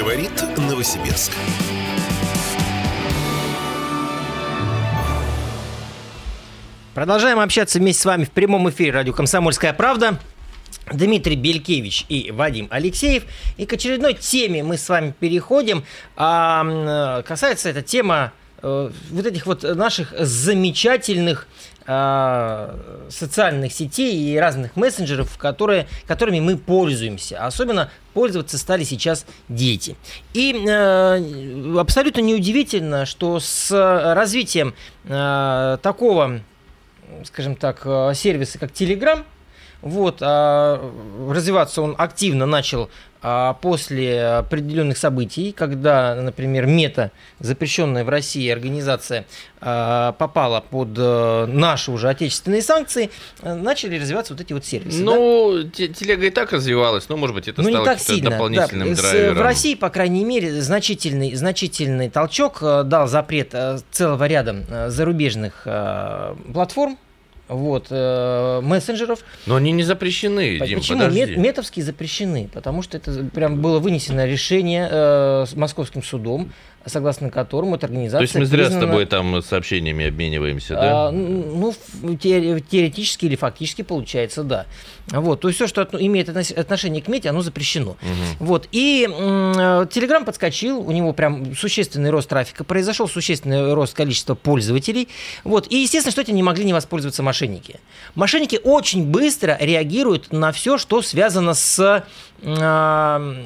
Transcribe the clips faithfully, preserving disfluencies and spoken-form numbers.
Говорит Новосибирск. Продолжаем общаться вместе с вами в прямом эфире радио «Комсомольская правда». Дмитрий Белькевич и Вадим Алексеев. И к очередной теме мы с вами переходим. А, касается эта тема а, вот этих вот наших замечательных а, социальных сетей и разных мессенджеров, которые, которыми мы пользуемся. Особенно пользоваться стали сейчас дети. И а, абсолютно неудивительно, что с развитием а, такого, скажем так, сервиса, как Telegram, вот, а, развиваться он активно начал а, после определенных событий, когда, например, Мета, запрещенная в России организация, а, попала под а, наши уже отечественные санкции, а, начали развиваться вот эти вот сервисы. Ну, да? Телега и так развивалась, но, может быть, это ну, стало не так сильно, дополнительным да. драйвером. В России, по крайней мере, значительный, значительный толчок дал запрет целого ряда зарубежных а, платформ, вот, э, мессенджеров. Но они не запрещены, Дим, Почему? подожди. Мет, метовские запрещены, потому что это прям было вынесено решение э, с московским судом, согласно которому эта организация... То есть мы зря признана... с тобой там сообщениями обмениваемся, да? А, ну, теоретически или фактически получается, да. Вот, то есть все, что имеет отношение к Мете, оно запрещено. Угу. Вот, и Telegram подскочил, у него прям существенный рост трафика, произошел существенный рост количества пользователей. Вот, и естественно, что этим не могли не воспользоваться мошенники. Мошенники очень быстро реагируют на все, что связано с э,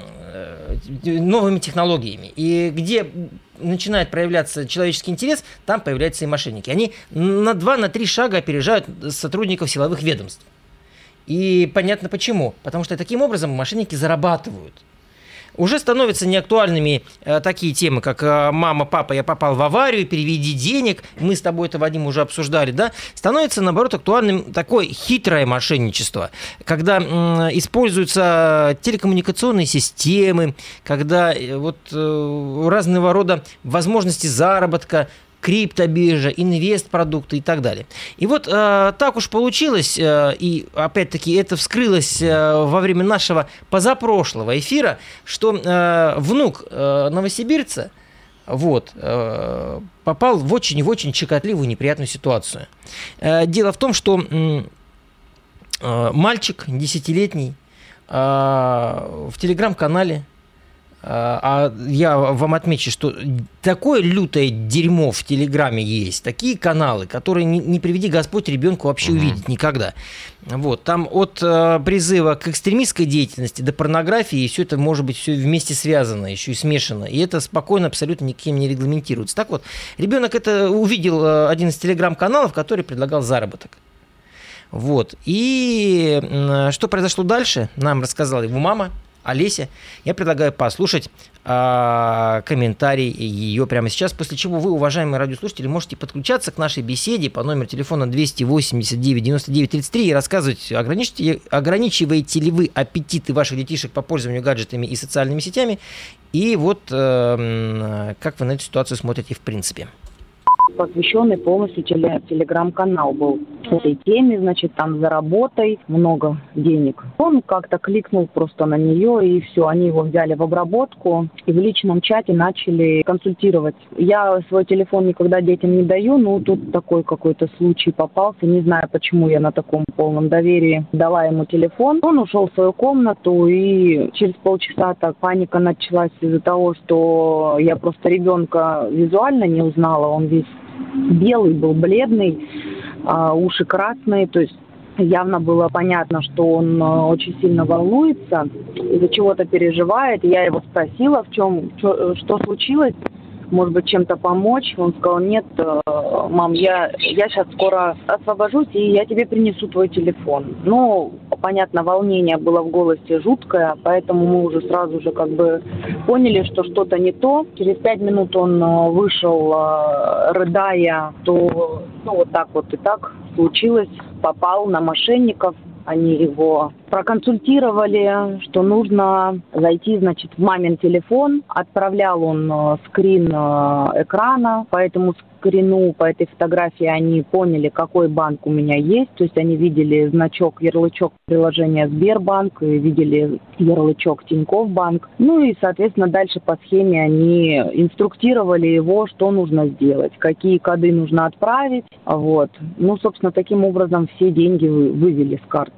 новыми технологиями. И где начинает проявляться человеческий интерес, там появляются и мошенники. Они на два-три шага опережают сотрудников силовых ведомств. И понятно почему. Потому что таким образом мошенники зарабатывают. Уже становятся неактуальными э, такие темы, как э, «мама, папа, я попал в аварию, переведи денег». Мы с тобой это, Вадим, уже обсуждали, да? Становится, наоборот, актуальным такое хитрое мошенничество, когда э, используются телекоммуникационные системы, когда э, вот э, разного рода возможности заработка, криптобиржа, инвестпродукты и так далее. И вот э, так уж получилось, э, и опять-таки это вскрылось э, во время нашего позапрошлого эфира, что э, внук э, новосибирца вот, э, попал в очень-очень щекотливую неприятную ситуацию. Э, дело в том, что э, мальчик десятилетний э, в телеграм-канале, а я вам отмечу, что такое лютое дерьмо в Телеграме есть, такие каналы, которые, не, не приведи Господь, ребенку вообще mm-hmm. увидеть никогда. Вот, там от э, призыва к экстремистской деятельности до порнографии, и все это может быть все вместе связано, еще и смешано. И это спокойно абсолютно никем не регламентируется. Так вот, ребенок это увидел э, один из телеграм-каналов, который предлагал заработок. Вот. И э, что произошло дальше, нам рассказала его мама, Олеся. Я предлагаю послушать э, комментарий ее прямо сейчас, после чего вы, уважаемые радиослушатели, можете подключаться к нашей беседе по номеру телефона двести восемьдесят девять девяносто девять тридцать три и рассказывать, ограничиваете, ограничиваете ли вы аппетиты ваших детишек по пользованию гаджетами и социальными сетями, и вот э, как вы на эту ситуацию смотрите в принципе. Посвященный полностью теле- телеграм-канал был этой теме, значит, там за работой много денег. Он как-то кликнул просто на нее, и все, они его взяли в обработку и в личном чате начали консультировать. Я свой телефон никогда детям не даю, но тут такой какой-то случай попался, не знаю, почему я на таком полном доверии дала ему телефон. Он ушел в свою комнату, и через полчаса так паника началась из-за того, что я просто ребенка визуально не узнала, он весь белый был, бледный, а, уши красные, то есть явно было понятно, что он а, очень сильно волнуется, из-за чего-то переживает. Я его спросила, в чем, что, что случилось, может быть, чем-то помочь. Он сказал: нет, мам, я, я сейчас скоро освобожусь, и я тебе принесу твой телефон. Ну, понятно, волнение было в голосе жуткое, поэтому мы уже сразу же как бы поняли, что что-то не то. Через пять минут он вышел, рыдая, то ну, вот так вот и так случилось, попал на мошенников. Они его проконсультировали, что нужно зайти, значит, в мамин телефон. Отправлял он скрин экрана по этому скрину, по этой фотографии они поняли, какой банк у меня есть. То есть они видели значок, ярлычок приложения Сбербанк, и видели ярлычок Тинькофф Банк. Ну и, соответственно, дальше по схеме они инструктировали его, что нужно сделать, какие коды нужно отправить. Вот. Ну, собственно, таким образом все деньги вывели с карт.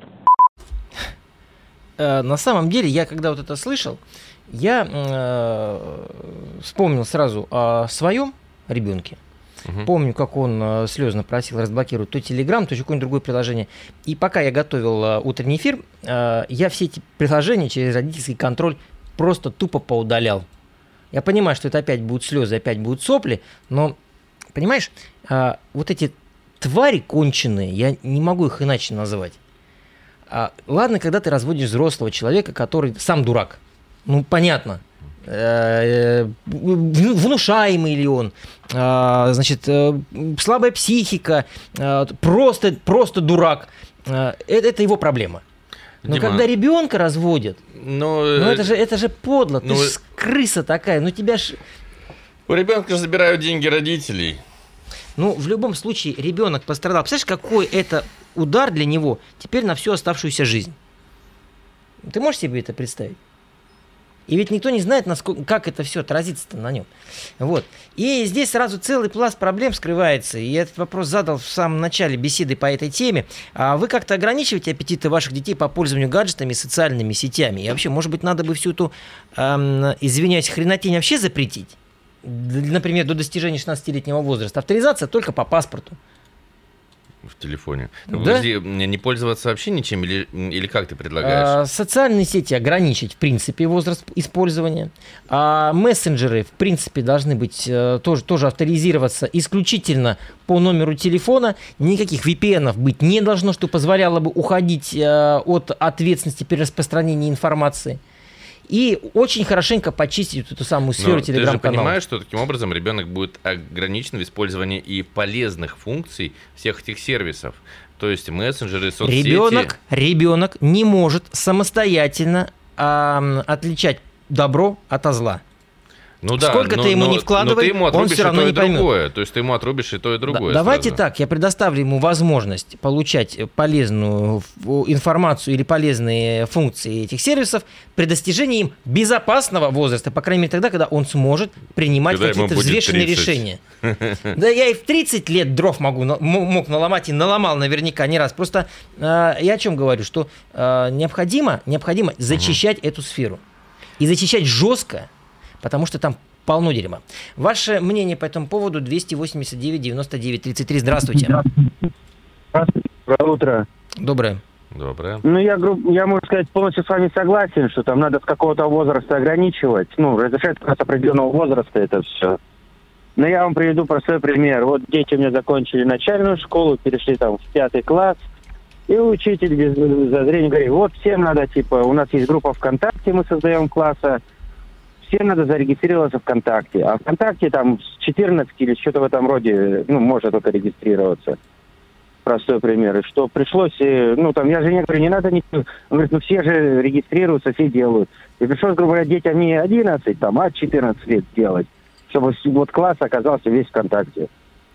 На самом деле, я когда вот это слышал, я э, вспомнил сразу о своем ребенке. Угу. Помню, как он э, слезно просил разблокировать то Telegram, то еще какое-нибудь другое приложение. И пока я готовил э, утренний эфир, э, я все эти приложения через родительский контроль просто тупо поудалял. Я понимаю, что это опять будут слезы, опять будут сопли, но, понимаешь, э, вот эти твари конченые, я не могу их иначе называть. А, ладно, когда ты разводишь взрослого человека, который сам дурак. Ну, понятно. Внушаемый ли он, значит, слабая психика, просто, просто дурак. Это, это его проблема. Но Дима, когда ребенка разводят, но, ну это же, это же подло. Ну, ты же крыса такая. Ну тебя ж... У ребенка же забирают деньги родителей. Ну, в любом случае, ребенок пострадал. Представляешь, какой это удар для него теперь на всю оставшуюся жизнь? Ты можешь себе это представить? И ведь никто не знает, насколько, как это все отразится на нем. Вот. И здесь сразу целый пласт проблем скрывается. И я этот вопрос задал в самом начале беседы по этой теме. А вы как-то ограничиваете аппетиты ваших детей по пользованию гаджетами и социальными сетями? И вообще, может быть, надо бы всю эту, эм, извиняюсь, хренотень вообще запретить? Например, до достижения шестнадцатилетнего возраста. Авторизация только по паспорту. В телефоне. Да? Подожди, не пользоваться вообще ничем или, или как ты предлагаешь? А, социальные сети ограничить, в принципе, возраст использования. А мессенджеры, в принципе, должны быть тоже, тоже авторизироваться исключительно по номеру телефона. Никаких ви пи эн-ов быть не должно, что позволяло бы уходить от ответственности при распространении информации. И очень хорошенько почистить вот эту самую сферу телеграм-канала. Ты же понимаешь, что таким образом ребенок будет ограничен в использовании и полезных функций всех этих сервисов. То есть мессенджеры, соцсети. Ребенок, ребенок не может самостоятельно э, отличать добро от зла. Ну да, сколько но, ты ему но, не вкладывай, он все равно и не поймет. Другое. То есть ты ему отрубишь и то, и другое. Да, давайте сразу. так, я предоставлю ему возможность получать полезную информацию или полезные функции этих сервисов при достижении им безопасного возраста, по крайней мере тогда, когда он сможет принимать когда какие-то взвешенные решения. Да я и в тридцать лет дров могу, мог наломать и наломал наверняка не раз. Просто я о чем говорю, что необходимо, необходимо зачищать эту сферу. И зачищать жестко, потому что там полно дерьма. Ваше мнение по этому поводу двести восемьдесят девять девяносто девять тридцать три. Здравствуйте. Здравствуйте. Доброе утро. Доброе. Доброе. Ну, я, я, можно сказать, полностью с вами согласен, что там надо с какого-то возраста ограничивать. Ну, разрешать с определенного возраста это все. Но я вам приведу простой пример. Вот дети у меня закончили начальную школу, перешли там в пятый класс, и учитель без зазрения говорит, вот всем надо, типа, у нас есть группа ВКонтакте, мы создаем класса, всем надо зарегистрироваться ВКонтакте. А ВКонтакте там с четырнадцати или что-то в этом роде, ну, можно только регистрироваться. Простой пример. И что пришлось, ну, там, я же не говорю, не надо ничего. Он говорит, ну, все же регистрируются, все делают. И пришлось, грубо говоря, детям не одиннадцать, там, а четырнадцать лет делать, чтобы вот класс оказался весь ВКонтакте.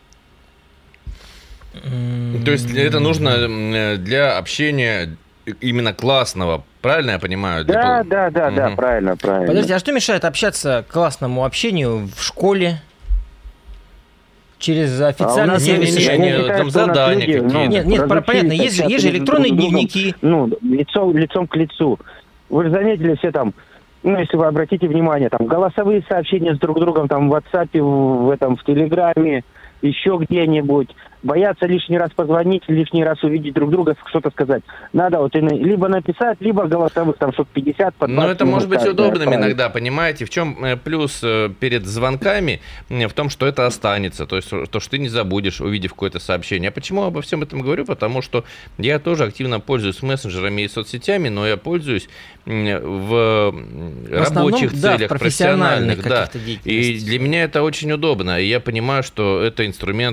То есть это нужно для общения именно классного, правильно я понимаю? Да, для... да, да, угу. да, правильно, правильно. Подождите, а что мешает общаться классному общению в школе? Через официальные а сервисы? Не, не, не, там задания какие-то. Ну, нет, нет, понятно, есть же, есть же электронные дневники. Ну, лицом, лицом к лицу. Вы же заметили все там, ну, если вы обратите внимание, там, голосовые сообщения с друг другом, там, в WhatsApp, в, в этом, в Телеграме, еще где-нибудь. Боятся лишний раз позвонить, лишний раз увидеть друг друга, что-то сказать. Надо вот либо написать, либо голосовых, там, чтобы пятьдесят по двадцать. Но это может быть удобным да, иногда, понимаете? В чем плюс перед звонками? В том, что это останется. То есть, то, что ты не забудешь, увидев какое-то сообщение. А почему обо всем этом говорю? Потому что я тоже активно пользуюсь мессенджерами и соцсетями, но я пользуюсь в, в рабочих да, целях, в профессиональных, профессиональных. Да. И для меня это очень удобно. И я понимаю, что это инструмент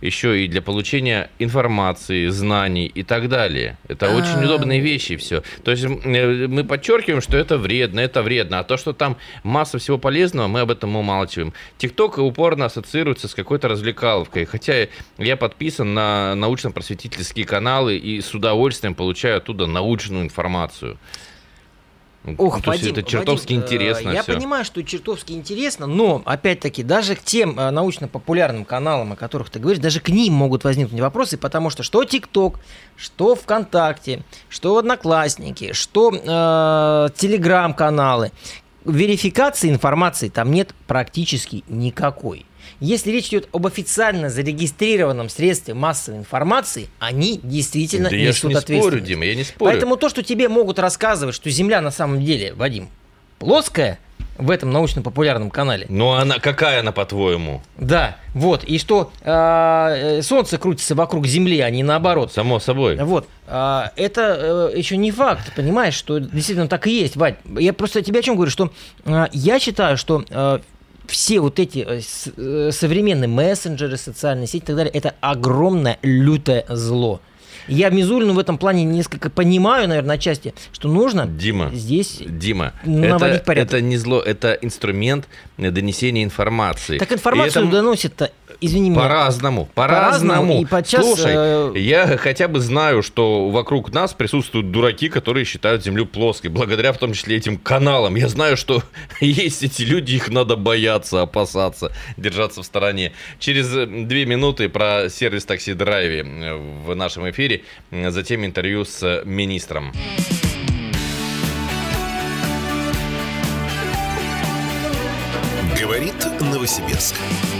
еще и для получения информации, знаний и так далее. Это А-а-а. очень удобные вещи все. То есть мы подчеркиваем, что это вредно, это вредно, а то, что там масса всего полезного, мы об этом умалчиваем. ТикТок упорно ассоциируется с какой-то развлекаловкой, хотя я подписан на научно-просветительские каналы и с удовольствием получаю оттуда научную информацию. Ох, ну, то Вадим, есть это чертовски Вадим, интересно. Я всё. понимаю, что чертовски интересно, но, опять-таки, даже к тем э, научно-популярным каналам, о которых ты говоришь, даже к ним могут возникнуть вопросы, потому что что ТикТок, что ВКонтакте, что Одноклассники, что э, Телеграм-каналы, верификации информации там нет практически никакой. Если речь идет об официально зарегистрированном средстве массовой информации, они действительно да несут я ж не ответственность. спорю, Дима, я не спорю. Поэтому то, что тебе могут рассказывать, что Земля на самом деле, Вадим, плоская в этом научно-популярном канале. Ну, она какая она, по-твоему? Да, вот, и что э, Солнце крутится вокруг Земли, а не наоборот. Само собой. Вот, э, это э, еще не факт, понимаешь, что действительно так и есть, Вадь. Я просто тебе о чем говорю, что э, я считаю, что э, все вот эти э, современные мессенджеры, социальные сети и так далее, это огромное лютое зло. Я Мизулину в этом плане несколько понимаю, наверное, отчасти, что нужно Дима, здесь Дима, наводить это, порядок. это не зло, это инструмент донесения информации. Так информацию это... доносит-то, извини меня. По-разному, По-разному, по-разному. и подчас, Слушай, э... я хотя бы знаю, что вокруг нас присутствуют дураки, которые считают Землю плоской, благодаря в том числе этим каналам. Я знаю, что есть эти люди, их надо бояться, опасаться, держаться в стороне. Через две минуты про сервис Такси Драйви в нашем эфире, затем интервью с министром. Говорит Новосибирск.